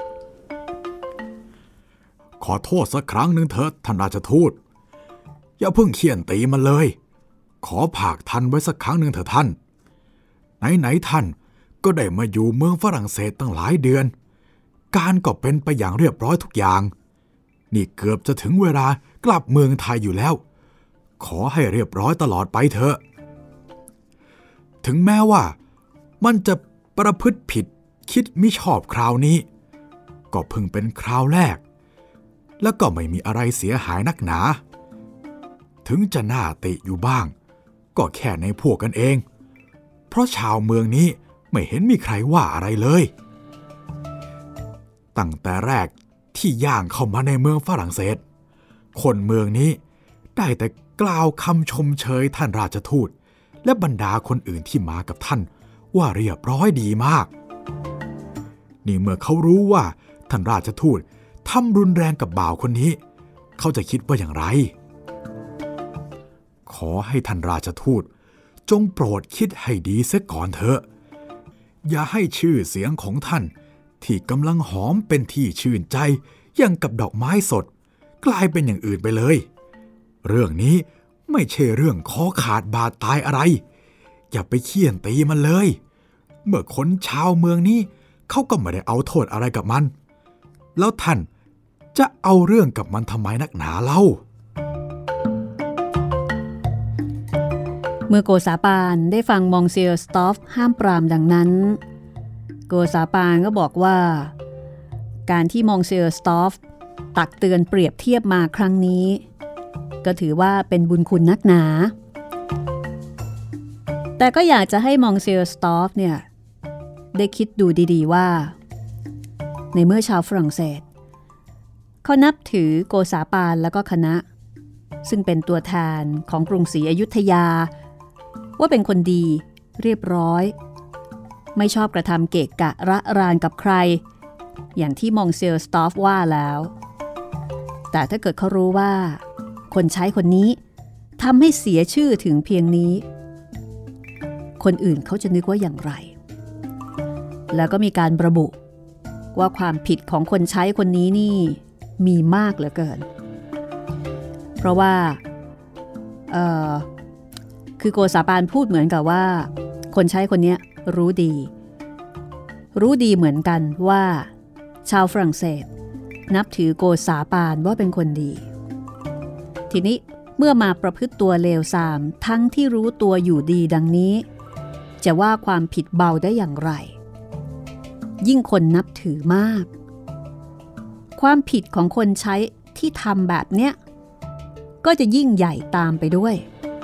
ขอโทษสักครั้งหนึ่งเถิดท่านราชทูตอย่าเพิ่งเคี่ยนตีมันเลยขอผากท่านไว้สักครั้งหนึ่งเถิดท่านไหนท่านก็ได้มาอยู่เมืองฝรั่งเศสตั้งหลายเดือนการก็เป็นไปอย่างเรียบร้อยทุกอย่างนี่เกือบจะถึงเวลากลับเมืองไทยอยู่แล้วขอให้เรียบร้อยตลอดไปเถอะถึงแม้ว่ามันจะประพฤติผิดคิดมิชอบคราวนี้ก็เพิ่งเป็นคราวแรกแล้วก็ไม่มีอะไรเสียหายนักหนาถึงจะน่าติอยู่บ้างก็แค่ในพวกกันเองเพราะชาวเมืองนี้ไม่เห็นมีใครว่าอะไรเลยตั้งแต่แรกที่ย่างเข้ามาในเมืองฝรั่งเศสคนเมืองนี้ได้แต่กล่าวคำชมเชยท่านราชทูตและบรรดาคนอื่นที่มากับท่านว่าเรียบร้อยดีมากนี่เมื่อเขารู้ว่าท่านราชทูตทำรุนแรงกับบ่าวคนนี้เขาจะคิดว่าอย่างไรขอให้ท่านราชทูตจงโปรดคิดให้ดีเสียก่อนเถอะอย่าให้ชื่อเสียงของท่านที่กำลังหอมเป็นที่ชื่นใจอย่างกับดอกไม้สดกลายเป็นอย่างอื่นไปเลยเรื่องนี้ไม่ใช่เรื่องคอขาดบาดตายอะไรอย่าไปเคี่ยนตีมันเลยเมื่อคนชาวเมืองนี้เขาก็ไม่ได้เอาโทษอะไรกับมันแล้วท่านจะเอาเรื่องกับมันทำไมนักหนาเล่าเมื่อโกษาปานได้ฟังมองเซียร์สตอฟห้ามปรามดังนั้นโกษาปานก็บอกว่าการที่มองเซียร์สตอฟตักเตือนเปรียบเทียบมาครั้งนี้ก็ถือว่าเป็นบุญคุณนักหนาแต่ก็อยากจะให้มองเซียร์สตอฟเนี่ยได้คิดดูดีๆว่าในเมื่อชาวฝรั่งเศสเขานับถือโกษาปานแล้วก็คณะซึ่งเป็นตัวแทนของกรุงศรีอยุธยาว่าเป็นคนดีเรียบร้อยไม่ชอบกระทำเกะกะระรานกับใครอย่างที่มองเซียร์สตอฟว่าแล้วแต่ถ้าเกิดเขารู้ว่าคนใช้คนนี้ทำให้เสียชื่อถึงเพียงนี้คนอื่นเขาจะนึกว่าอย่างไรแล้วก็มีการระบุว่าความผิดของคนใช้คนนี้นี่มีมากเหลือเกินเพราะว่าคือโกษาปานพูดเหมือนกับว่าคนใช้คนนี้รู้ดีเหมือนกันว่าชาวฝรั่งเศสนับถือโกษาปานว่าเป็นคนดีทีนี้เมื่อมาประพฤติตัวเลวทรามทั้งที่รู้ตัวอยู่ดีดังนี้จะว่าความผิดเบาได้อย่างไรยิ่งคนนับถือมากความผิดของคนใช้ที่ทำแบบเนี้ยก็จะยิ่งใหญ่ตามไปด้วย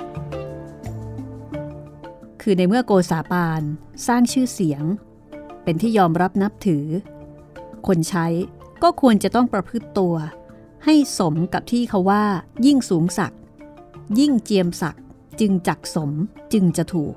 คือในเมื่อโกษาปานสร้างชื่อเสียงเป็นที่ยอมรับนับถือคนใช้ก็ควรจะต้องประพฤติตัวให้สมกับที่เขาว่ายิ่งสูงศักดิ์ยิ่งเจียมศักดิ์จึงจักสมจึงจะถูก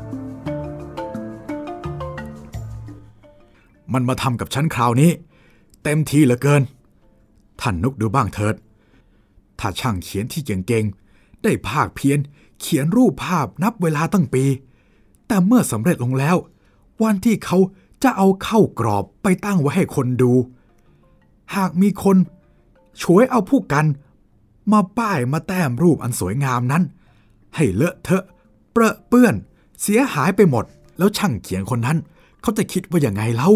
มันมาทำกับฉันคราวนี้เต็มทีเหลือเกินท่านนึกดูบ้างเถิดถ้าช่างเขียนที่เก่งๆได้ภาคเพียรเขียนรูปภาพนับเวลาตั้งปีแต่เมื่อสำเร็จลงแล้ววันที่เขาจะเอาเข้ากรอบไปตั้งไว้ให้คนดูหากมีคนฉวยเอาผู้กันมาป้ายมาแต้มรูปอันสวยงามนั้นให้เลอะเทอะเปรอะเปื้อนเสียหายไปหมดแล้วช่างเขียนคนนั้นเขาจะคิดว่าอย่างไงเล่า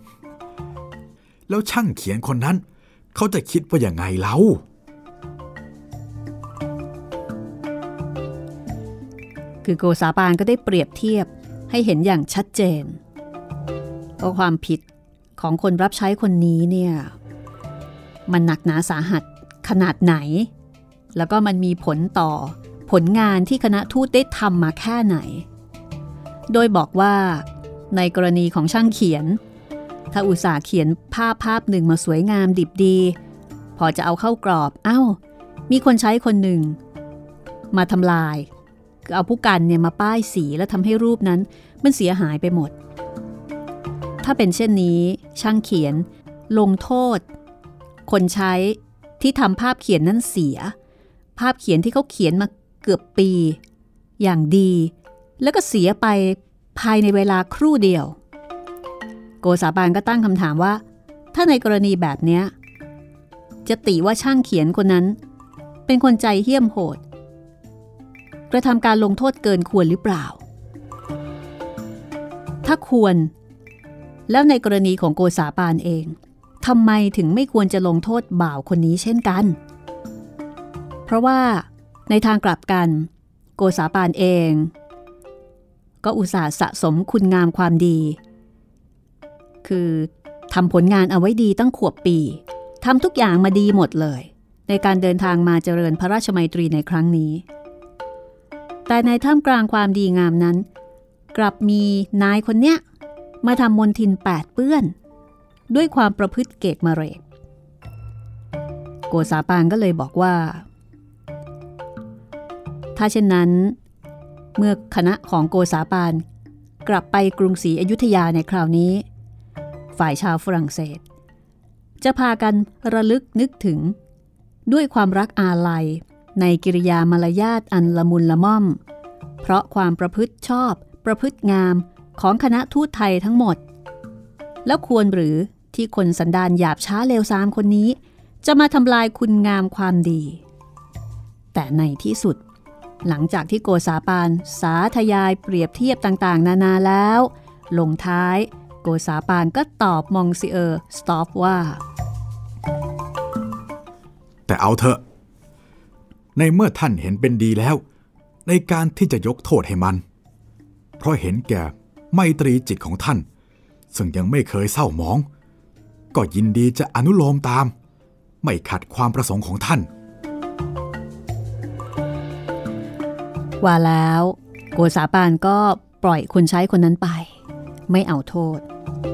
แล้วช่างเขียนคนนั้นเขาจะคิดว่าอย่างไงเล่าคือโกษาปานก็ได้เปรียบเทียบให้เห็นอย่างชัดเจนว่าความผิดของคนรับใช้คนนี้เนี่ยมันหนักหนาสาหัสขนาดไหนแล้วก็มันมีผลต่อผลงานที่คณะทูตได้ทำมาแค่ไหนโดยบอกว่าในกรณีของช่างเขียนถ้าอุตส่าห์เขียนภาพหนึ่งมาสวยงามดิบดีพอจะเอาเข้ากรอบมีคนใช้คนหนึ่งมาทำลายเอาผู้กันเนี่ยมาป้ายสีแล้วทำให้รูปนั้นมันเสียหายไปหมดถ้าเป็นเช่นนี้ช่างเขียนลงโทษคนใช้ที่ทำภาพเขียนนั้นเสียภาพเขียนที่เขาเขียนมาเกือบปีอย่างดีแล้วก็เสียไปภายในเวลาครู่เดียวโกษาปานก็ตั้งคำถามว่าถ้าในกรณีแบบนี้จะติว่าช่างเขียนคนนั้นเป็นคนใจเหี้ยมโหดกระทำการลงโทษเกินควรหรือเปล่าถ้าควรแล้วในกรณีของโกษาปานเองทำไมถึงไม่ควรจะลงโทษบ่าวคนนี้เช่นกันเพราะว่าในทางกลับกันโกษาปานเองก็อุตส่าห์สะสมคุณงามความดีคือทำผลงานเอาไว้ดีตั้งขวบปีทำทุกอย่างมาดีหมดเลยในการเดินทางมาเจริญพระราชมัยตรีในครั้งนี้แต่ในท่ามกลางความดีงามนั้นกลับมีนายคนเนี้ยมาทำมลทินแปดเปื้อนด้วยความประพฤติเกกมะเรกโกษาปานก็เลยบอกว่าถ้าเช่นนั้นเมื่อคณะของโกษาปานกลับไปกรุงศรีอยุธยาในคราวนี้ฝ่ายชาวฝรั่งเศสจะพากันระลึกนึกถึงด้วยความรักอาลัยในกิริยามารยาทอันละมุนละม่อมเพราะความประพฤติชอบประพฤติงามของคณะทูตไทยทั้งหมดแล้วควรหรือที่คนสันดานหยาบช้าเลวทรามคนนี้จะมาทำลายคุณงามความดีแต่ในที่สุดหลังจากที่โกษาปานสาธยายเปรียบเทียบต่างๆนานาแล้วลงท้ายโกษาปานก็ตอบมองซิเออร์สตอฟว่าแต่เอาเถอะในเมื่อท่านเห็นเป็นดีแล้วในการที่จะยกโทษให้มันเพราะเห็นแก่ไมตรีจิตของท่านซึ่งยังไม่เคยเศร้าหมองก็ยินดีจะอนุโลมตามไม่ขัดความประสงค์ของท่านว่าแล้วโกษาปานก็ปล่อยคนใช้คนนั้นไปไม่เอาโทษ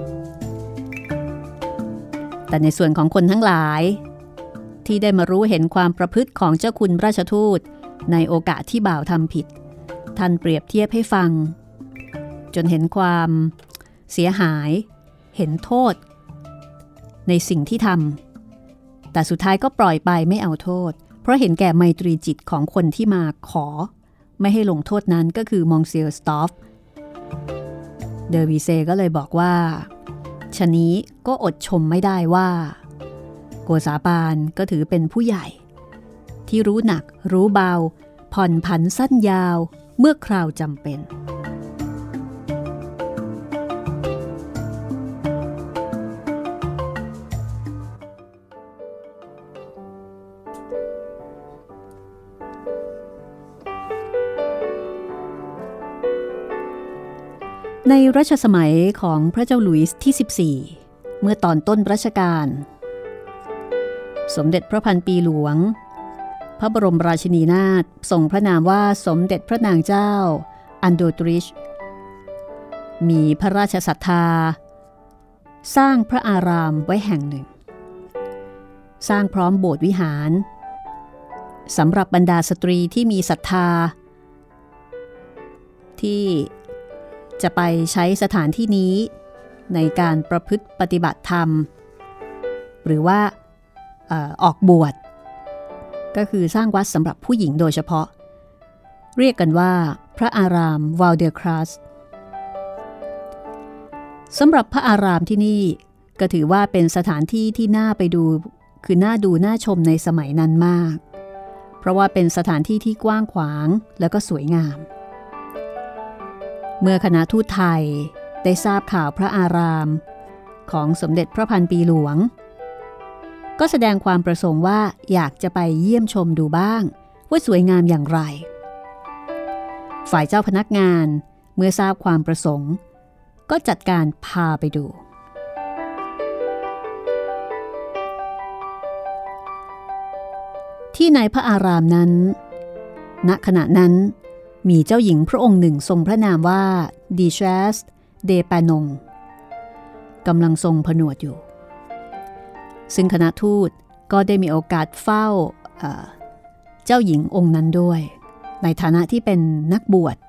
แต่ในส่วนของคนทั้งหลายที่ได้มารู้เห็นความประพฤติของเจ้าคุณราชทูตในโอกาสที่บ่าวทำผิดท่านเปรียบเทียบให้ฟังจนเห็นความเสียหายเห็นโทษในสิ่งที่ทำแต่สุดท้ายก็ปล่อยไปไม่เอาโทษเพราะเห็นแก่ไมตรีจิตของคนที่มาขอไม่ให้ลงโทษนั้นก็คือมองเซียร์สตอฟเดอวีเซก็เลยบอกว่าชะนี้ก็อดชมไม่ได้ว่าโกษาปานก็ถือเป็นผู้ใหญ่ที่รู้หนักรู้เบาผ่อนผันสั้นยาวเมื่อคราวจำเป็นในรัชสมัยของพระเจ้าหลุยส์ที่14เมื่อตอนต้นรัชกาลสมเด็จพระพันปีหลวงพระบรมราชินีนาถทรงพระนามว่าสมเด็จพระนางเจ้าอันโดตริชมีพระราชศรัทธาสร้างพระอารามไว้แห่งหนึ่งสร้างพร้อมโบสถ์วิหารสำหรับบรรดาสตรีที่มีศรัทธาที่จะไปใช้สถานที่นี้ในการประพฤติปฏิบัติธรรมหรือว่าออกบวชก็คือสร้างวัดสำหรับผู้หญิงโดยเฉพาะเรียกกันว่าพระอารามวาลเดอร์ครัสสำหรับพระอารามที่นี่ก็ถือว่าเป็นสถานที่ที่น่าไปดูคือน่าดูน่าชมในสมัยนั้นมากเพราะว่าเป็นสถานที่ที่กว้างขวางและก็สวยงามเมื่อคณะทูตไทยได้ทราบข่าวพระอารามของสมเด็จพระพันปีหลวงก็แสดงความประสงค์ว่าอยากจะไปเยี่ยมชมดูบ้างว่าสวยงามอย่างไรฝ่ายเจ้าพนักงานเมื่อทราบความประสงค์ก็จัดการพาไปดูที่ในพระอารามนั้นณขณะนั้นมีเจ้าหญิงพระองค์หนึ่งทรงพระนามว่าดิเชสเดปานงกำลังทรงผนวดอยู่ซึ่งคณะทูตก็ได้มีโอกาสเฝ้าเจ้าหญิงองค์นั้นด้วยในฐานะที่เป็นนักบวช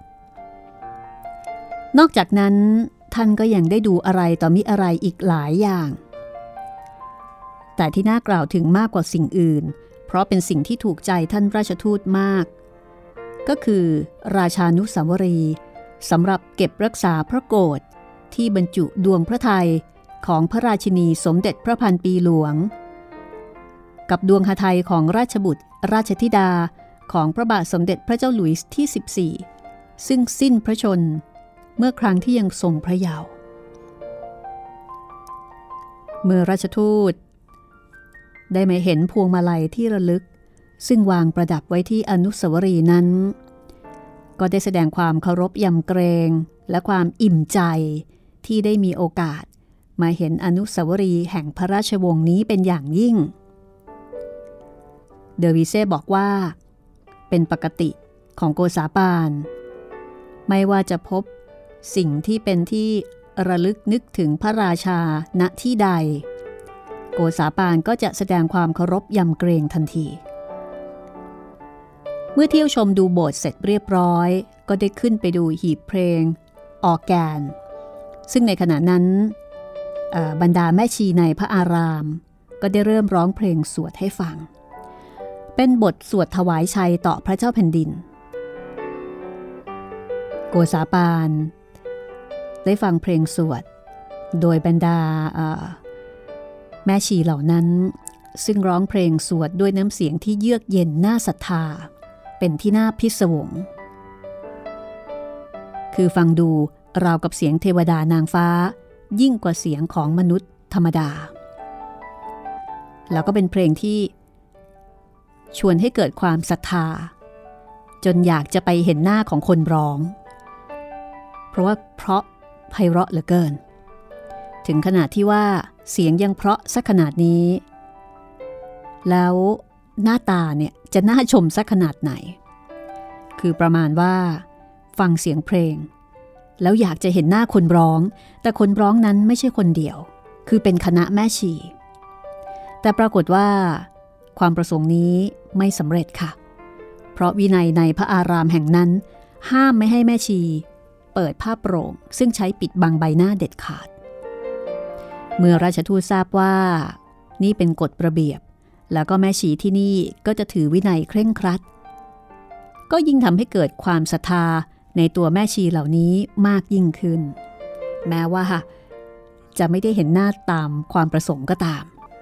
นอกจากนั้นท่านก็ยังได้ดูอะไรต่อมิอะไรอีกหลายอย่างแต่ที่น่ากล่าวถึงมากกว่าสิ่งอื่นเพราะเป็นสิ่งที่ถูกใจท่านราชทูตมากก็คือราชานุสาวรีย์สำหรับเก็บรักษาพระโกฐที่บรรจุดวงพระทัยของพระราชินีสมเด็จพระพันปีหลวงกับดวงหทัยของราชบุตรราชธิดาของพระบาทสมเด็จพระเจ้าหลุยส์ที่14ซึ่งสิ้นพระชนม์เมื่อครั้งที่ยังทรงพระเยาว์เมื่อราชทูตได้มาเห็นพวงมาลัยที่ระลึกซึ่งวางประดับไว้ที่อนุสาวรีย์นั้นก็ได้แสดงความเคารพยำเกรงและความอิ่มใจที่ได้มีโอกาสมาเห็นอนุสาวรีย์แห่งพระราชวงศ์นี้เป็นอย่างยิ่งเดอวิเซ่บอกว่าเป็นปกติของโกษาปานไม่ว่าจะพบสิ่งที่เป็นที่ระลึกนึกถึงพระราชาณที่ใดโกษาปานก็จะแสดงความเคารพยำเกรงทันทีเมื่อเที่ยวชมดูโบสถ์เสร็จเรียบร้อยก็ได้ขึ้นไปดูหีบเพลงออร์แกนซึ่งในขณะนั้นบรรดาแม่ชีในพระอารามก็ได้เริ่มร้องเพลงสวดให้ฟังเป็นบทสวดถวายชัยต่อพระเจ้าแผ่นดินโกษาปานได้ฟังเพลงสวดโดยบรรดาแม่ชีเหล่านั้นซึ่งร้องเพลงสวดด้วยน้ำเสียงที่เยือกเย็นน่าศรัทธาเป็นที่น่าพิศวงคือฟังดูราวกับเสียงเทวดานางฟ้ายิ่งกว่าเสียงของมนุษย์ธรรมดาแล้วก็เป็นเพลงที่ชวนให้เกิดความศรัทธาจนอยากจะไปเห็นหน้าของคนร้องเพราะไพเราะเหลือเกินถึงขนาดที่ว่าเสียงยังเพราะสักขนาดนี้แล้วหน้าตาเนี่ยจะน่าชมสักขนาดไหนคือประมาณว่าฟังเสียงเพลงแล้วอยากจะเห็นหน้าคนร้องแต่คนร้องนั้นไม่ใช่คนเดียวคือเป็นคณะแม่ชีแต่ปรากฏว่าความประสงค์นี้ไม่สำเร็จค่ะเพราะวินัยในพระอารามแห่งนั้นห้ามไม่ให้แม่ชีเปิดผ้าโปร่งซึ่งใช้ปิดบังใบหน้าเด็ดขาดเมื่อราชทูตทราบว่านี่เป็นกฎระเบียบแล้วก็แม่ชีที่นี่ก็จะถือวินัยเคร่งครัดก็ยิ่งทำให้เกิดความศรัทธาในตัวแม่ชีเหล่านี้มากยิ่งขึ้นแม้ว่าจะไม่ได้เห็นหน้าตามความประสงค์ก็ตาม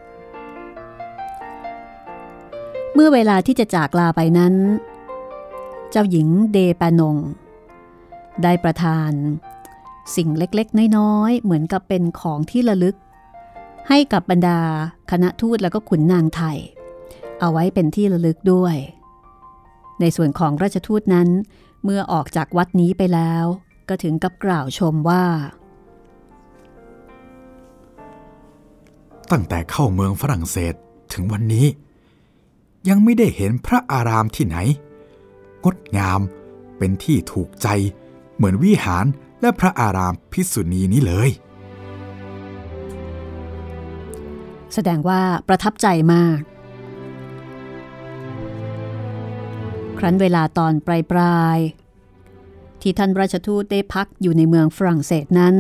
เมื่อเวลาที่จะจากลาไปนั้นเจ้าหญิงเดปานงได้ประทานสิ่งเล็กๆน้อยๆเหมือนกับเป็นของที่ระลึกให้กับบรรดาคณะทูตแล้วก็ขุนนางไทยเอาไว้เป็นที่ระลึกด้วยในส่วนของราชทูตนั้นเมื่อออกจากวัดนี้ไปแล้วก็ถึงกับกล่าวชมว่าตั้งแต่เข้าเมืองฝรั่งเศสถึงวันนี้ยังไม่ได้เห็นพระอารามที่ไหนงดงามเป็นที่ถูกใจเหมือนวิหารและพระอารามภิกษุณีนี้เลยแสดงว่าประทับใจมากครั้นเวลาตอนปลายที่ท่านราชทูตได้พักอยู่ในเมืองฝรั่งเศสนั้น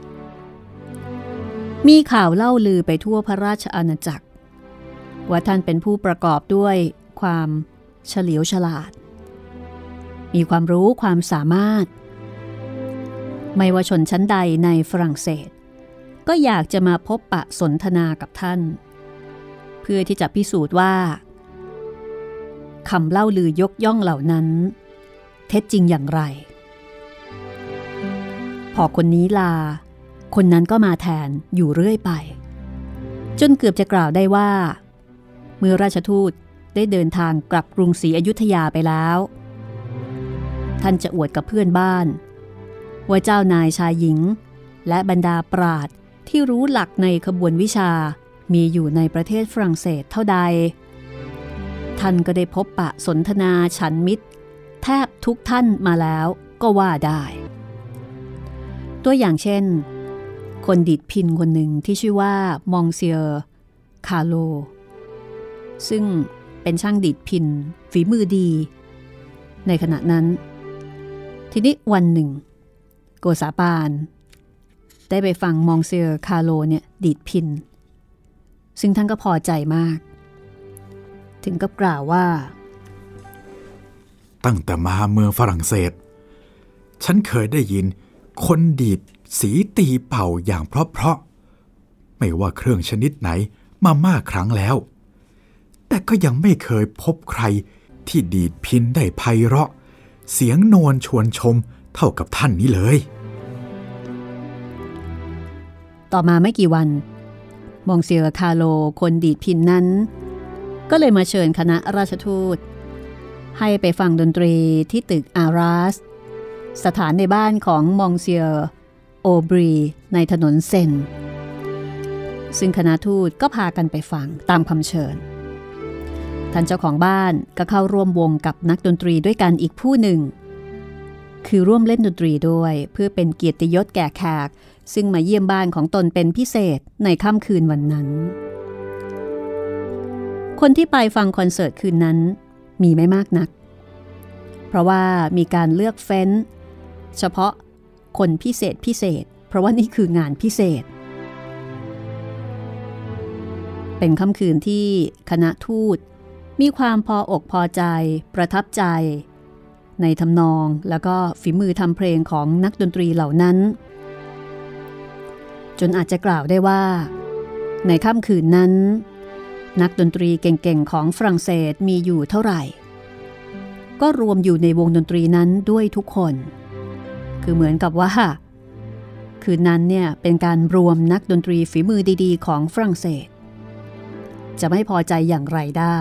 มีข่าวเล่าลือไปทั่วพระราชอาณาจักรว่าท่านเป็นผู้ประกอบด้วยความเฉลียวฉลาดมีความรู้ความสามารถไม่ว่าชนชั้นใดในฝรั่งเศสก็อยากจะมาพบปะสนทนากับท่านเพื่อที่จะพิสูจน์ว่าคำเล่าลือยกย่องเหล่านั้นเท็จจริงอย่างไรพอคนนี้ลาคนนั้นก็มาแทนอยู่เรื่อยไปจนเกือบจะกล่าวได้ว่าเมื่อราชทูตได้เดินทางกลับกรุงศรีอยุธยาไปแล้วท่านจะอวดกับเพื่อนบ้านว่าเจ้านายชายหญิงและบรรดาปราชญ์ที่รู้หลักในขบวนวิชามีอยู่ในประเทศฝรั่งเศสเท่าใดท่านก็ได้พบปะสนทนาฉันมิตรแทบทุกท่านมาแล้วก็ว่าได้ตัวอย่างเช่นคนดีดพิณคนหนึ่งที่ชื่อว่ามองเซียร์คาโลซึ่งเป็นช่างดีดพิณฝีมือดีในขณะนั้นทีนี้วันหนึ่งโกษาปานได้ไปฟังมองเซียร์คาโลเนี่ยดีดพิณซึ่งท่านก็พอใจมากถึงกับกล่าวว่าตั้งแต่มาเมืองฝรั่งเศสฉันเคยได้ยินคนดีดสีตีเป่าอย่างเพราะๆไม่ว่าเครื่องชนิดไหนมามากครั้งแล้วแต่ก็ยังไม่เคยพบใครที่ดีดพิณได้ไพเราะเสียงนวลชวนชมเท่ากับท่านนี้เลยต่อมาไม่กี่วันมองเซียร์คาโลคนดีดพิณนั้นก็เลยมาเชิญคณะราชทูตให้ไปฟังดนตรีที่ตึกอาราสสถานในบ้านของมองเซียร์โอบรีในถนนเซนซึ่งคณะทูตก็พากันไปฟังตามคำเชิญท่านเจ้าของบ้านก็เข้าร่วมวงกับนักดนตรีด้วยกันอีกผู้หนึ่งคือร่วมเล่นดนตรีด้วยเพื่อเป็นเกียรติยศแก่แขกซึ่งมาเยี่ยมบ้านของตนเป็นพิเศษในค่ำคืนวันนั้นคนที่ไปฟังคอนเสิร์ตคืนนั้นมีไม่มากนักเพราะว่ามีการเลือกเฟ้นเฉพาะคนพิเศษเพราะว่านี่คืองานพิเศษเป็นค่ำคืนที่คณะทูตมีความพออกพอใจประทับใจในทำนองแล้วก็ฝีมือทำเพลงของนักดนตรีเหล่านั้นจนอาจจะกล่าวได้ว่าในค่ำคืนนั้นนักดนตรีเก่งๆของฝรั่งเศสมีอยู่เท่าไหร่ก็รวมอยู่ในวงดนตรีนั้นด้วยทุกคนคือเหมือนกับว่าคืนนั้นเนี่ยเป็นการรวมนักดนตรีฝีมือดีๆของฝรั่งเศสจะไม่พอใจอย่างไรได้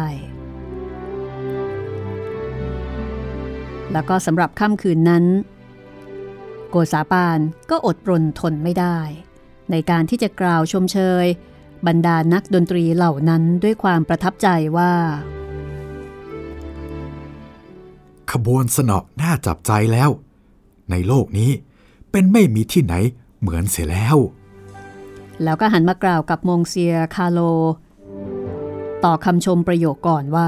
แล้วก็สำหรับค่ำคืนนั้นโกษาปานก็อดรนทนไม่ได้ในการที่จะกล่าวชมเชยบรรดานักดนตรีเหล่านั้นด้วยความประทับใจว่าขบวนสนอน่าจับใจแล้วในโลกนี้เป็นไม่มีที่ไหนเหมือนเสียแล้วก็หันมากล่าวกับมงเซียคาโลต่อคำชมประโยคก่อนว่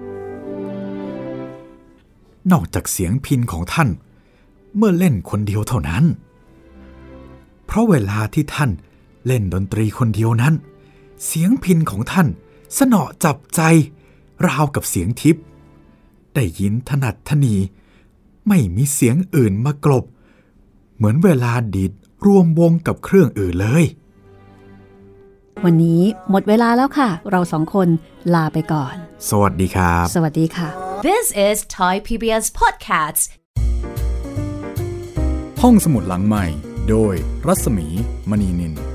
านอกจากเสียงพิณของท่านเมื่อเล่นคนเดียวเท่านั้นเพราะเวลาที่ท่านเล่นดนตรีคนเดียวนั้นเสียงพิณของท่านสนอจับใจราวกับเสียงทิพย์ได้ยินถนัดถนีไม่มีเสียงอื่นมากลบเหมือนเวลาดีดรวมวงกับเครื่องอื่นเลยวันนี้หมดเวลาแล้วค่ะเราสองคนลาไปก่อนสวัสดีครับสวัสดีค่ะ This is Thai PBS Podcast ห้องสมุดหลังใหม่โดยรัศมีมณีนิน